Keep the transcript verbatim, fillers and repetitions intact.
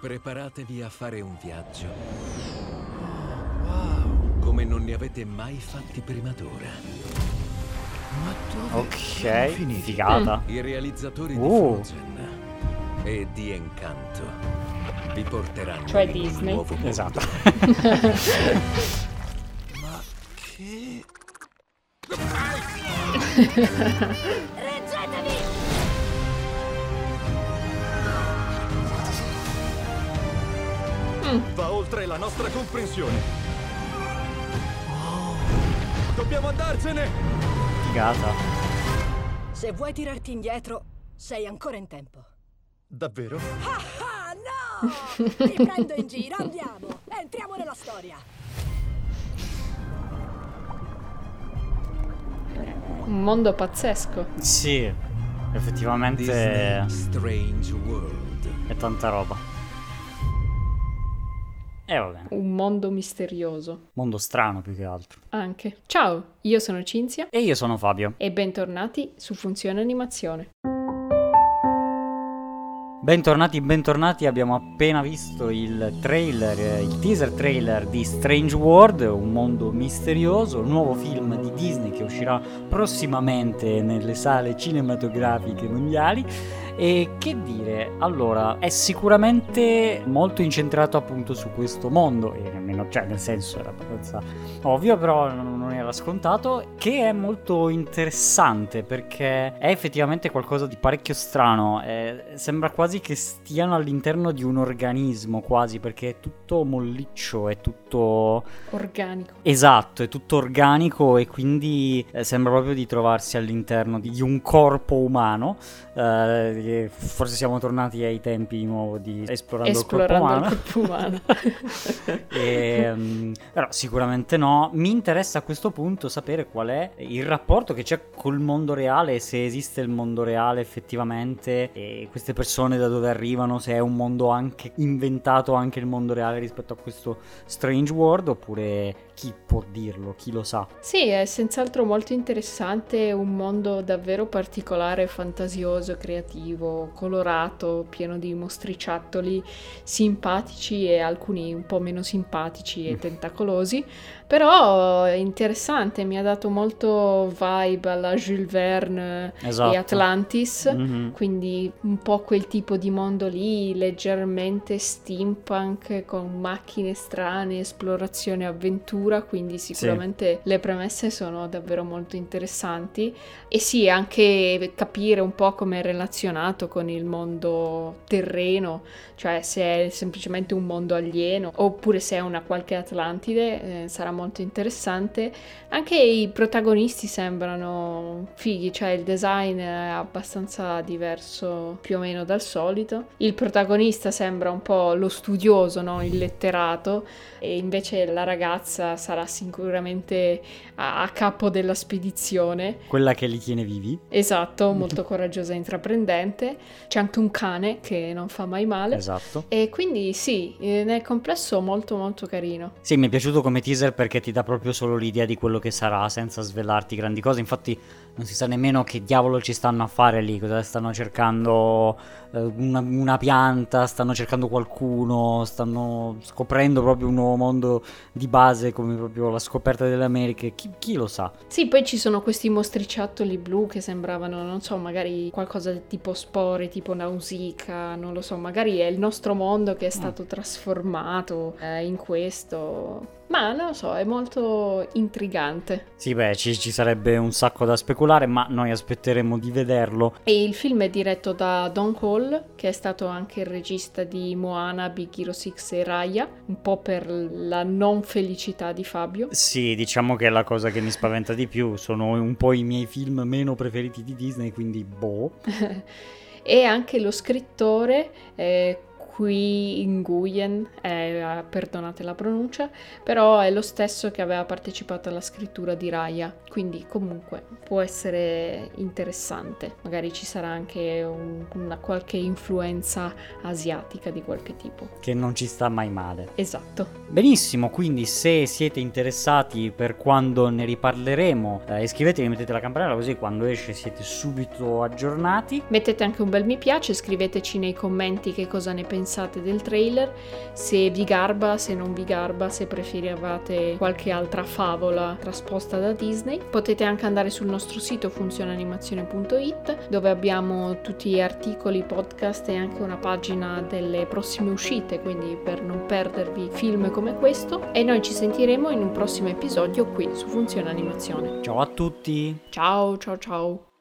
Preparatevi a fare un viaggio Wow. come non ne avete mai fatti prima d'ora. Ma dove Ok, siamo finiti? figata. I realizzatori di Uh. Frozen e di Encanto vi porteranno Cioè in Disney. un nuovo mondo. Esatto. Ma che... Reggetevi! Va oltre la nostra comprensione. Oh. Dobbiamo andarcene! Figata. Se vuoi tirarti indietro, sei ancora in tempo. Davvero? Ah, no! Ti prendo in giro, andiamo! Entriamo nella storia! Un mondo pazzesco. Sì, effettivamente Disney Strange World. è tanta roba. E va bene. Un mondo misterioso. Mondo strano più che altro. Anche. Ciao, io sono Cinzia E io sono Fabio. e bentornati su Funzione Animazione. Bentornati, bentornati, abbiamo appena visto il trailer, eh, il teaser trailer di Strange World, un mondo misterioso, un nuovo film di Disney che uscirà prossimamente nelle sale cinematografiche mondiali. E che dire, allora, è sicuramente molto incentrato appunto su questo mondo, e nemmeno, cioè nel senso era abbastanza ovvio, però non non era scontato, che è molto interessante perché è effettivamente qualcosa di parecchio strano, eh, sembra quasi che stiano all'interno di un organismo quasi, perché è tutto molliccio, è tutto... Organico. Esatto, è tutto organico e quindi eh, sembra proprio di trovarsi all'interno di un corpo umano. Eh, che forse siamo tornati ai tempi di nuovo di esplorando, Esplorando il corpo umano. il corpo umano. E, um, però sicuramente no. Mi interessa a questo punto sapere qual è il rapporto che c'è col mondo reale, se esiste il mondo reale effettivamente e queste persone da dove arrivano, se è un mondo anche inventato anche il mondo reale rispetto a questo Strange World, oppure chi può dirlo, chi lo sa. Sì, è senz'altro molto interessante, un mondo davvero particolare, fantasioso, creativo, colorato, pieno di mostriciattoli simpatici e alcuni un po' meno simpatici e tentacolosi, però è interessante, mi ha dato molto vibe alla Jules Verne Esatto. e Atlantis, Mhm. quindi un po' quel tipo di mondo lì, leggermente steampunk con macchine strane, esplorazione, avventura, quindi sicuramente le premesse sono davvero molto interessanti e sì, anche capire un po' come è relazionato con il mondo terreno, cioè se è semplicemente un mondo alieno oppure se è una qualche Atlantide, eh, sarà molto interessante. Anche i protagonisti sembrano fighi, cioè il design è abbastanza diverso più o meno dal solito. Il protagonista sembra un po' lo studioso, no? Il letterato, e invece la ragazza sarà sicuramente a, a capo della spedizione. Quella che li tiene vivi. Esatto, molto coraggiosa e intraprendente. C'è anche un cane che non fa mai male. Esatto. E quindi sì, eh, nel complesso molto molto carino. Sì, mi è piaciuto come teaser perché ti dà proprio solo l'idea di quello che sarà senza svelarti grandi cose. Infatti non si sa nemmeno che diavolo ci stanno a fare lì, cosa stanno cercando, eh, una, una pianta, stanno cercando qualcuno, stanno scoprendo proprio un nuovo mondo di base come proprio la scoperta delle Americhe, chi, chi lo sa. Sì, poi ci sono questi mostriciattoli blu che sembravano, non so, magari qualcosa tipo spore, tipo Nausicaa, non lo so, magari è il nostro mondo che è stato trasformato eh, in questo. Ma non lo so, è molto intrigante. Sì, beh, ci, ci sarebbe un sacco da speculare, ma noi aspetteremo di vederlo. E il film è diretto da Don Hall, che è stato anche il regista di Moana, Big Hero sei e Raya, un po' per la non felicità di Fabio. Sì, diciamo che è la cosa che mi spaventa di più, sono un po' i miei film meno preferiti di Disney, quindi boh. E anche lo scrittore eh, Qui Nguyen, eh, perdonate la pronuncia, però è lo stesso che aveva partecipato alla scrittura di Raya, quindi comunque può essere interessante, magari ci sarà anche un- una qualche influenza asiatica di qualche tipo. Che non ci sta mai male. Esatto. Benissimo, quindi se siete interessati per quando ne riparleremo, eh, iscrivetevi, mettete la campanella così quando esce siete subito aggiornati. Mettete anche un bel mi piace, scriveteci nei commenti che cosa ne pensate pensate del trailer, se vi garba, se non vi garba, se preferivate qualche altra favola trasposta da Disney. Potete anche andare sul nostro sito funzionanimazione punto it, dove abbiamo tutti gli articoli, podcast e anche una pagina delle prossime uscite, quindi per non perdervi film come questo. E noi ci sentiremo in un prossimo episodio qui su Funzione Animazione. Ciao a tutti! Ciao ciao ciao!